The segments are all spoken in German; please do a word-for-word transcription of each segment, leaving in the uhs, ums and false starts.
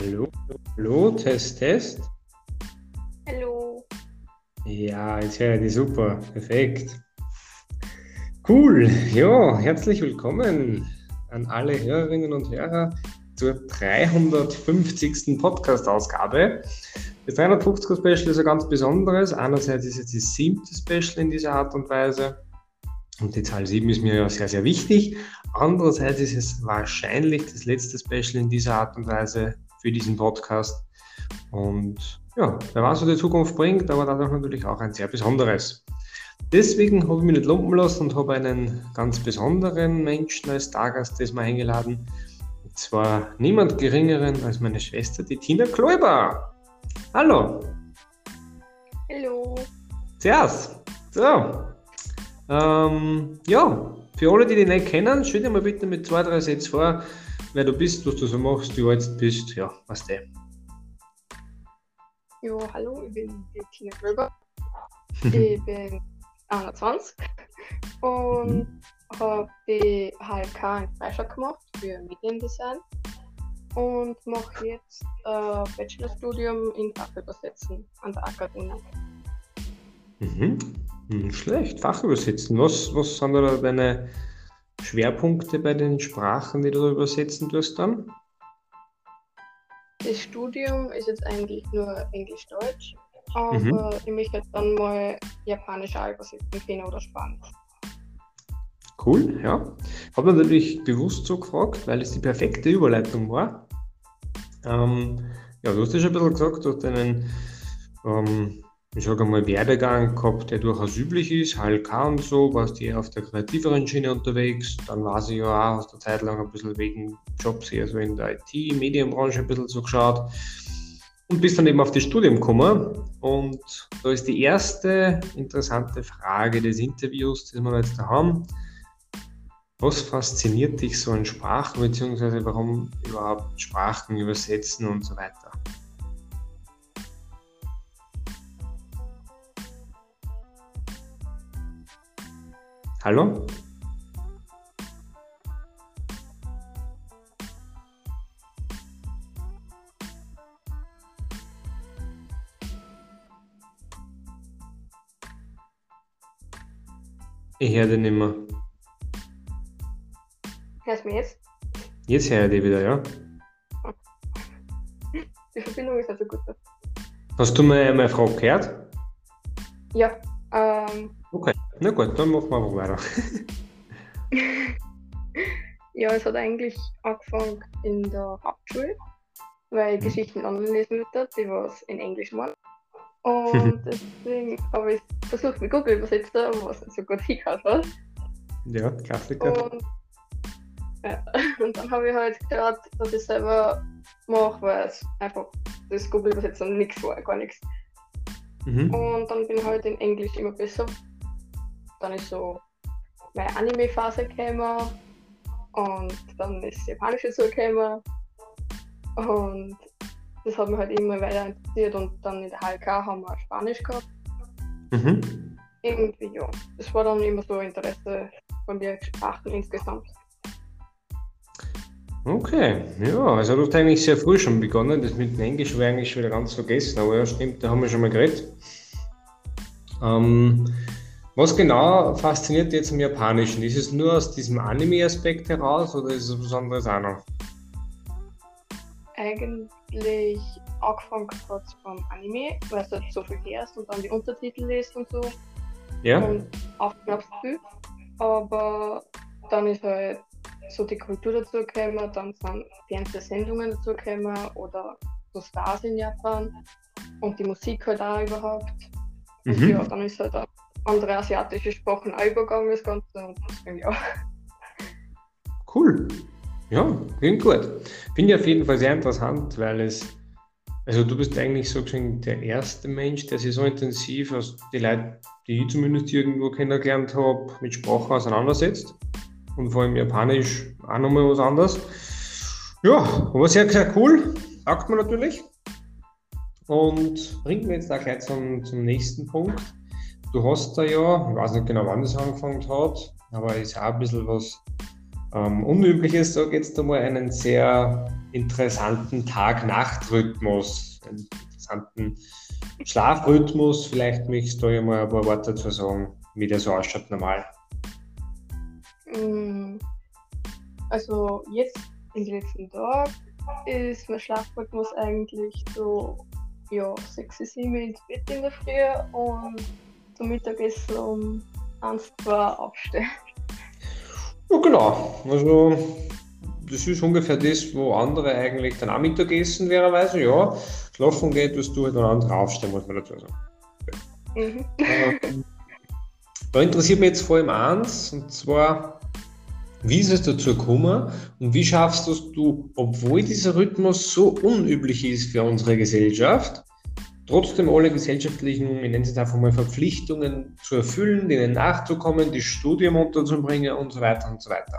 Hallo, hallo, Test, Test. Hallo. Ja, jetzt höre ich dich super, perfekt. Cool, ja, herzlich willkommen an alle Hörerinnen und Hörer zur dreihundertfünfzigsten Podcast-Ausgabe. Das dreihundertfünfzigste Special ist ein ganz besonderes. Einerseits ist es das siebte Special in dieser Art und Weise. Und die Zahl sieben ist mir ja sehr, sehr wichtig. Andererseits ist es wahrscheinlich das letzte Special in dieser Art und Weise für diesen Podcast. Und ja, wer weiß, was die Zukunft bringt, aber dadurch natürlich auch ein sehr besonderes. Deswegen habe ich mich nicht lumpen lassen und habe einen ganz besonderen Menschen als Stargast diesmal eingeladen. Und zwar niemand Geringeren als meine Schwester, die Tina Kläuber. Hallo. Hallo. Servus. So. Ähm, ja, für alle, die dich nicht kennen, stell dir mal bitte mit zwei, drei Sätzen vor, wer du bist, was du so machst, wie alt du bist, ja, was der. Jo, hallo, ich bin die Tina Kläuber. Ich bin einundzwanzig und Mhm. habe die H L K in Freistadt gemacht für Mediendesign und mache jetzt ein Bachelorstudium in Fachübersetzen an der Akademie. Mhm. Nicht schlecht, Fachübersetzen. Was, was sind da deine Schwerpunkte bei den Sprachen, die du da übersetzen tust dann? Das Studium ist jetzt eigentlich nur Englisch-Deutsch, Mhm. aber ich möchte jetzt dann mal Japanisch auch übersetzen können oder Spanisch. Cool, ja. Habe natürlich bewusst so gefragt, weil es die perfekte Überleitung war. Ähm, ja, du hast ja schon ein bisschen gesagt, du hast einen, ähm, ich sage mal, Werdegang gehabt, der durchaus üblich ist, H L K und so, warst eher auf der kreativeren Schiene unterwegs, dann war sie ja auch, hast du Zeit lang ein bisschen wegen Jobs eher so in der I T, Medienbranche ein bisschen so geschaut und bist dann eben auf das Studium gekommen und da ist die erste interessante Frage des Interviews, das wir jetzt da haben. Was fasziniert dich so an Sprachen, beziehungsweise warum überhaupt Sprachen übersetzen und so weiter? Hallo? Ich höre dich nicht mehr. Hörst du mich jetzt? Jetzt höre ich dich wieder, ja? Die Verbindung ist nicht so gut. Hast du meine, meine Frage gehört? Ja, ähm, Okay, na gut, dann machen wir einfach weiter. ja, es hat eigentlich angefangen in der Hauptschule, weil ich Mhm. Geschichten online lesen wollte, die was in Englisch waren. Und deswegen habe ich versucht mit Google übersetzen, aber was nicht so gut hingehauen hat. Ja, Klassiker. Und, ja, und dann habe ich halt geschaut, dass ich selber mache, weil es einfach das Google übersetzen nichts war, gar nichts. Mhm. Und dann bin ich halt in Englisch immer besser. Dann ist so meine Anime-Phase gekommen und dann ist Japanisch dazu gekommen. Und das hat mich halt immer weiter interessiert und dann in der H L K haben wir Spanisch gehabt. Mhm. Irgendwie, ja. Das war dann immer so Interesse von den Sprachen insgesamt. Okay, ja, also du hast eigentlich sehr früh schon begonnen, das mit dem Englisch war eigentlich schon wieder ganz vergessen, aber ja, stimmt, da haben wir schon mal geredet. Ähm, was genau fasziniert dich jetzt am Japanischen? Ist es nur aus diesem Anime-Aspekt heraus oder ist es was anderes auch noch? Eigentlich angefangen hat es vom Anime, weil es halt so viel hörst und dann die Untertitel liest und so. Ja? Und aufgeknapst viel. Aber dann ist halt so die Kultur dazu gekommen, dann sind Fernsehsendungen dazu gekommen oder so Stars in Japan und die Musik halt auch überhaupt. Und Mhm. ja, dann ist halt auch andere asiatische Sprachen auch übergegangen, das Ganze. Und deswegen, ja. Cool. Ja, klingt gut. Finde ich auf jeden Fall sehr interessant, weil es, also du bist eigentlich so gesehen der erste Mensch, der sich so intensiv, also die Leute, die ich zumindest irgendwo kennengelernt habe, mit Sprachen auseinandersetzt. Und vor allem Japanisch auch nochmal was anderes. Ja, aber sehr, sehr cool. Sagt man natürlich. Und bringt mir jetzt auch gleich zum, zum nächsten Punkt. Du hast da ja, ich weiß nicht genau, wann das angefangen hat, aber ist auch ein bisschen was ähm, Unübliches, sage ich jetzt einmal, einen sehr interessanten Tag-Nacht-Rhythmus, einen interessanten Schlafrhythmus. Vielleicht möchtest du ja mal ein paar Worte dazu sagen, wie der so ausschaut normal. Mm, Also jetzt in den letzten Tag ist mein Schlafrhythmus eigentlich so, ja, sechs, sieben ins Bett in der Früh und zum Mittagessen um eins, zwei aufstehen. Ja, genau. Also, das ist ungefähr das, wo andere eigentlich dann auch Mittagessen wäre, ja. Schlafen geht, dass du halt dann andere aufstehen, muss man dazu sagen. Mhm. Ähm, Da interessiert mich jetzt vor allem eins, und zwar, wie ist es dazu gekommen und wie schaffst du es, du, obwohl dieser Rhythmus so unüblich ist für unsere Gesellschaft, trotzdem alle gesellschaftlichen, ich nenne es jetzt einfach mal Verpflichtungen zu erfüllen, denen nachzukommen, das Studium unterzubringen und so weiter und so weiter.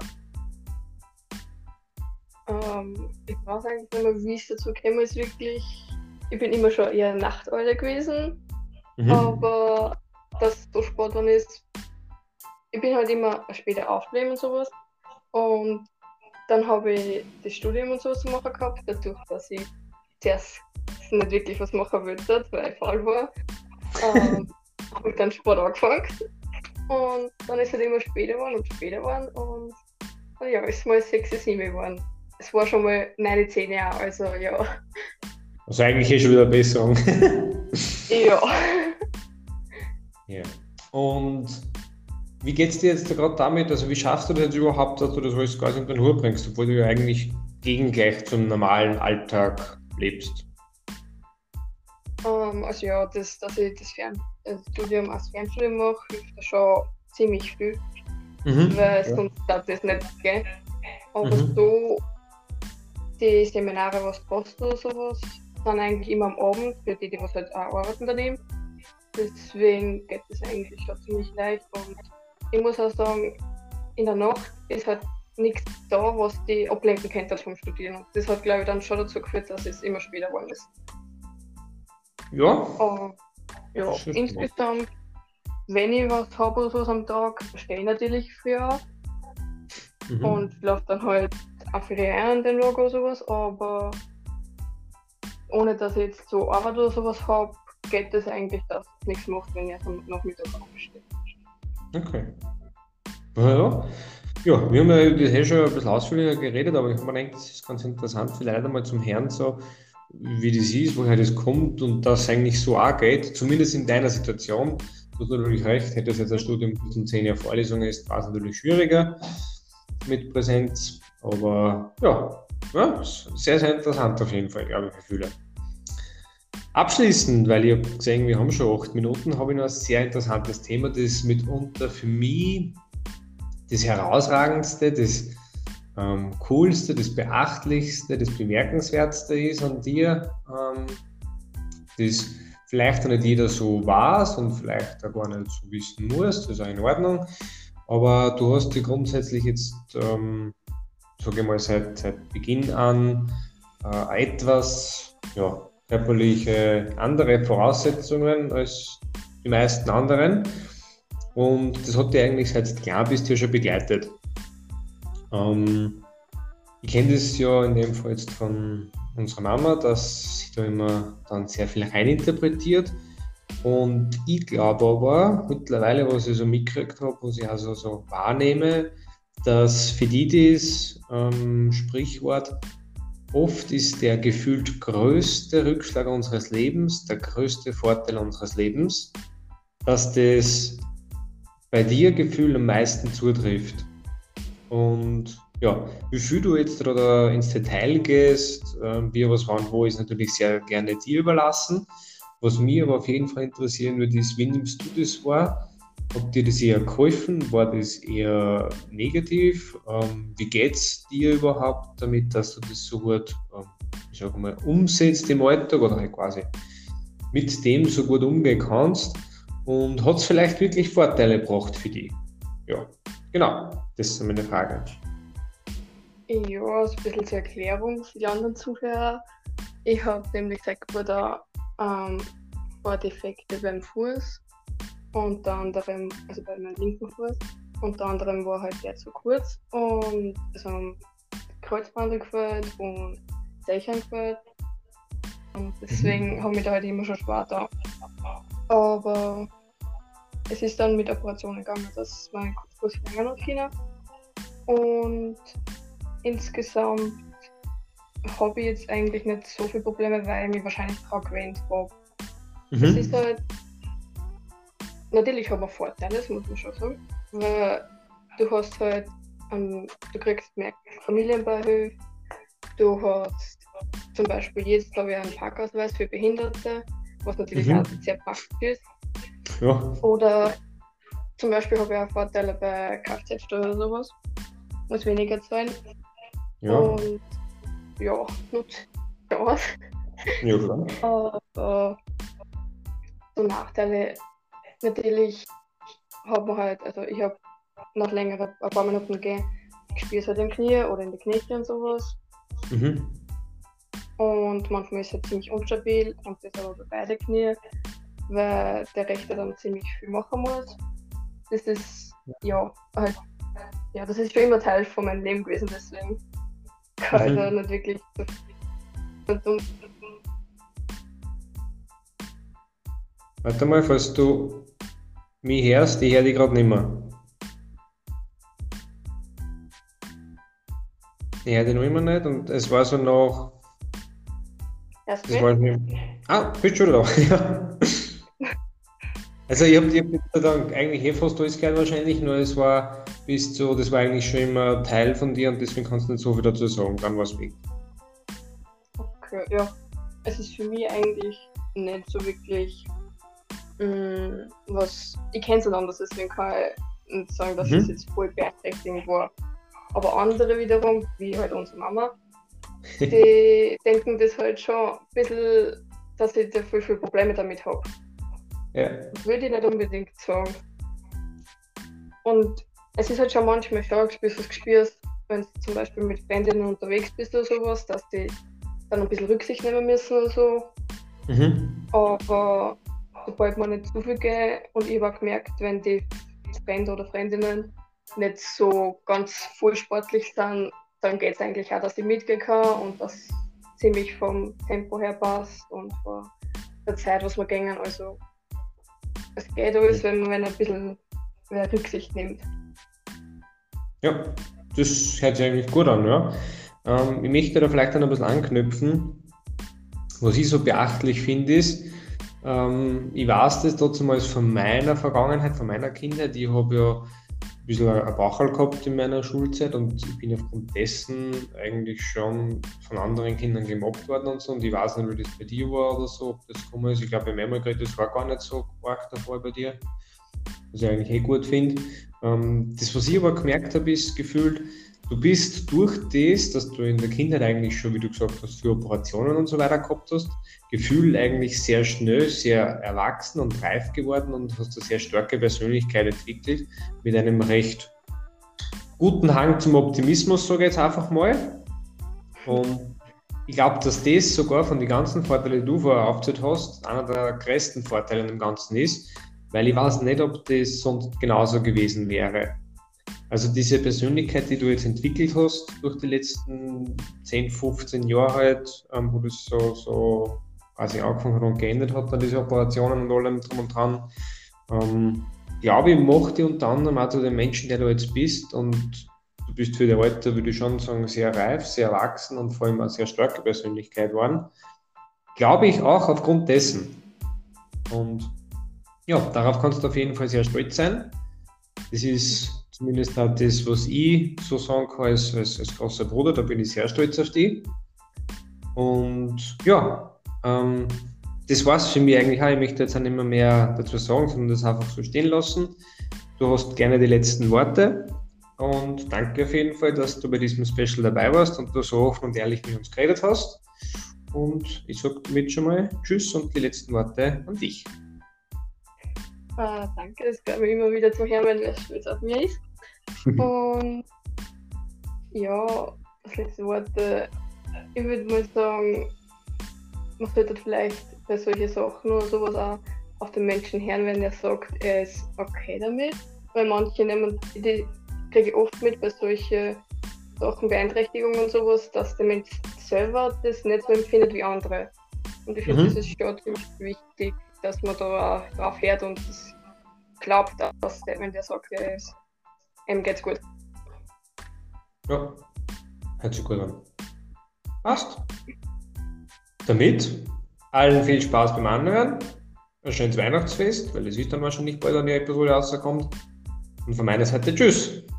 Ähm, ich weiß eigentlich nicht mehr, wie es dazu gekommen ist, wirklich. Ich bin immer schon eher Nachteule gewesen, Mhm. aber dass so spät dann ist, ich bin halt immer später aufgeblieben und sowas. Und dann habe ich das Studium und sowas zu machen gehabt, dadurch, dass ich zuerst nicht wirklich was machen wollte, weil ich faul war. Ähm, habe ich dann Sport angefangen. Und dann ist es halt immer später geworden und später geworden. Und, und ja, ist mal sechs, sieben geworden. Es war schon mal neun, zehn Jahre, also ja. Also eigentlich eh schon wieder eine Besserung. Ja. Ja. Und wie geht es dir jetzt gerade damit? Also wie schaffst du das jetzt überhaupt, dass du das alles quasi unter den Hut bringst, obwohl du ja eigentlich gegengleich zum normalen Alltag lebst? Ähm, also ja, das, dass ich das, Fern das Studium als Fernstudium mache, hilft da schon ziemlich viel, Mhm. weil Ja. sonst darf das nicht gehen. Aber Mhm. so, die Seminare, was kostet oder sowas, sind eigentlich immer am Abend, für die, die was halt auch arbeiten daneben. Deswegen geht das eigentlich schon ziemlich leicht. Und ich muss auch sagen, in der Nacht ist halt nichts da, was die ablenken könnte vom Studieren. Und das hat, glaube ich, dann schon dazu geführt, dass es immer später geworden ist. Ja, Aber ja, das ist insgesamt, wenn ich was habe oder sowas am Tag, stehe ich natürlich früher auf mhm. und laufe dann halt auch für die rein an den Tag oder sowas. Aber ohne dass ich jetzt so Arbeit oder sowas habe, geht das eigentlich, dass es nichts macht, wenn ich erst am Nachmittag aufstehe. Okay. Ja, ja. Ja, wir haben ja das eh schon ein bisschen ausführlicher geredet, aber ich habe mir gedacht, das ist ganz interessant, vielleicht einmal zum Herrn so, wie das ist, woher das kommt und dass es eigentlich so auch geht, zumindest in deiner Situation. Du hast natürlich recht, hätte es jetzt ein Studium bis um zehn Jahre Vorlesungen ist, war es natürlich schwieriger mit Präsenz, aber ja, ja, sehr, sehr interessant auf jeden Fall, glaube ich, für viele. Abschließend, weil ich habe gesehen, wir haben schon acht Minuten, habe ich noch ein sehr interessantes Thema, das mitunter für mich das Herausragendste, das ähm, Coolste, das Beachtlichste, das Bemerkenswertste ist an dir, ähm, das vielleicht auch nicht jeder so weiß und vielleicht auch gar nicht so wissen muss, das ist auch in Ordnung, aber du hast dir grundsätzlich jetzt, ähm, sage ich mal, seit, seit Beginn an äh, etwas, ja, körperliche andere Voraussetzungen als die meisten anderen. Und das hat dich eigentlich seit du klein bist ja schon begleitet. Ähm, ich kenne das ja in dem Fall jetzt von unserer Mama, dass sie da immer dann sehr viel reininterpretiert. Und ich glaube aber mittlerweile, was ich so mitgekriegt habe, was ich also so wahrnehme, dass für die das ähm, Sprichwort oft ist der gefühlt größte Rückschlag unseres Lebens, der größte Vorteil unseres Lebens, dass das bei dir Gefühl am meisten zutrifft. Und ja, wie viel du jetzt da ins Detail gehst, äh, wie was wann wo, ist natürlich sehr gerne dir überlassen. Was mich aber auf jeden Fall interessieren würde, ist, wie nimmst du das wahr? Hat dir das eher geholfen? War das eher negativ? Ähm, wie geht es dir überhaupt damit, dass du das so gut, ähm, ich sag mal, umsetzt im Alltag oder halt quasi mit dem so gut umgehen kannst? Und hat es vielleicht wirklich Vorteile gebracht für dich? Ja, genau, das ist meine Frage. Ja, also ein bisschen zur Erklärung für die anderen Zuhörer. Ich habe nämlich seit Geburt an ähm, ein paar Defekte beim Fuß, unter anderem, also bei meinem linken Fuß. unter anderem war halt der zu kurz und also am Kreuzband gefällt und Zechern gefällt. Und deswegen Mhm. habe ich da halt immer schon schwer da. Aber es ist dann mit Operationen gegangen, dass mein Fuß länger noch ging. Und insgesamt habe ich jetzt eigentlich nicht so viele Probleme, weil ich mich wahrscheinlich daran gewöhnt habe. Es ist Mhm. halt, natürlich hat man Vorteile, das muss man schon sagen, weil du hast halt, ähm, du kriegst mehr Familienbeihilfe, du hast zum Beispiel jetzt, glaube ich, einen Parkausweis für Behinderte, was natürlich auch Mhm. sehr praktisch ist. Ja. Oder zum Beispiel habe ich auch Vorteile bei Kfz-Steuer oder sowas, muss weniger zahlen. Ja. Und ja, nutze ich aus. Ja, klar. Aber so Nachteile, natürlich hat man halt, also ich habe nach längeren, ein paar Minuten gehen, spürst halt im Knie oder in die Knie und sowas. Mhm. Und manchmal ist es halt ziemlich unstabil und das aber bei beide Knie, weil der rechte dann ziemlich viel machen muss. Das ist, ja, halt, ja, das ist schon immer Teil von meinem Leben gewesen, deswegen kann ich da Mhm. nicht wirklich so dumm. Warte mal, falls du mich hörst, ich höre dich gerade nicht mehr. Ich höre dich noch immer nicht und es war so noch. Erst Das war mich. nicht. Ah, bist schon da. Ja. Also ich habe dir Gott sei Dank eigentlich eh fast alles gehört wahrscheinlich, nur es war bis zu, das war eigentlich schon immer Teil von dir und deswegen kannst du nicht so viel dazu sagen. Dann war es weg. Okay, ja. Es ist für mich eigentlich nicht so wirklich mh, was. Ich kenne es nicht anders, deswegen kann ich nicht sagen, dass es Mhm. jetzt voll beeinträchtigend war. Aber andere wiederum, wie halt unsere Mama, die denken das halt schon ein bisschen, dass ich da voll viele Probleme damit habe. Ja. Würde ich nicht unbedingt sagen. Und es ist halt schon manchmal schon, spürst du das gespürst, wenn du zum Beispiel mit Freundinnen unterwegs bist oder sowas, dass die dann ein bisschen Rücksicht nehmen müssen oder so. Mhm. Aber sobald man nicht zu viel geht und ich habe auch gemerkt, wenn die Freunde oder Freundinnen nicht so ganz voll sportlich sind, dann geht es eigentlich auch, dass ich mitgehen kann und das ziemlich vom Tempo her passt und von der Zeit, was wir gehen. Also es geht alles, wenn man wenn ein bisschen mehr Rücksicht nimmt. Ja, das hört sich eigentlich gut an, ja. Ähm, ich möchte da vielleicht dann ein bisschen anknüpfen. Was ich so beachtlich finde, ist, ähm, ich weiß das trotzdem als von meiner Vergangenheit, von meiner Kindheit. Ich habe ja ein bisschen ein Bauchel gehabt in meiner Schulzeit und ich bin aufgrund dessen eigentlich schon von anderen Kindern gemobbt worden und so. Und ich weiß nicht, wie das bei dir war oder so, ob das gekommen ist. Ich glaube, bei mir gerade, das war gar nicht so arg der Fall bei dir, was ich eigentlich eh gut finde. Ähm, das, was ich aber gemerkt habe, ist gefühlt, du bist durch das, dass du in der Kindheit eigentlich schon, wie du gesagt hast, für Operationen und so weiter gehabt hast, gefühlt eigentlich sehr schnell, sehr erwachsen und reif geworden und hast eine sehr starke Persönlichkeit entwickelt, mit einem recht guten Hang zum Optimismus, sage ich jetzt einfach mal. Und ich glaube, dass das sogar von den ganzen Vorteilen, die du vorher aufgezählt hast, einer der größten Vorteile im Ganzen ist, weil ich weiß nicht, ob das sonst genauso gewesen wäre. Also diese Persönlichkeit, die du jetzt entwickelt hast durch die letzten zehn, fünfzehn Jahre halt, ähm, wo das so, so quasi angefangen hat und geendet hat, dann diese Operationen und allem drum und dran, ähm, glaube ich, macht dich unter anderem auch zu dem Menschen, der du jetzt bist und du bist für dein Alter, würde ich schon sagen, sehr reif, sehr erwachsen und vor allem eine sehr starke Persönlichkeit geworden. Glaube ich auch aufgrund dessen. Und ja, darauf kannst du auf jeden Fall sehr stolz sein. Das ist zumindest auch das, was ich so sagen kann als, als, als großer Bruder. Da bin ich sehr stolz auf dich. Und ja, ähm, das war es für mich eigentlich auch. Ich möchte jetzt auch nicht mehr, mehr dazu sagen, sondern das einfach so stehen lassen. Du hast gerne die letzten Worte. Und danke auf jeden Fall, dass du bei diesem Special dabei warst und du so offen und ehrlich mit uns geredet hast. Und ich sage damit schon mal Tschüss und die letzten Worte an dich. Äh, danke, es freut mich immer wieder zu hören, wenn wer stolz auf mir ist. Und ja, das letzte Wort, äh, ich würde mal sagen, man sollte vielleicht bei solchen Sachen oder sowas auch auf den Menschen hören, wenn er sagt, er ist okay damit. weil manche nehmen, die kriege ich oft mit bei solchen Sachen, Beeinträchtigungen und sowas, dass der Mensch selber das nicht so empfindet wie andere. Und ich finde, Mhm. das ist schon ziemlich wichtig, dass man da auch drauf hört und das glaubt, dass der, wenn der sagt, er ist, ihm geht's gut. Ja, hört sich gut an. Passt. Damit allen viel Spaß beim Anhören. Ein schönes Weihnachtsfest, weil es ist dann wahrscheinlich bald an die Episode rauskommt. Und von meiner Seite tschüss.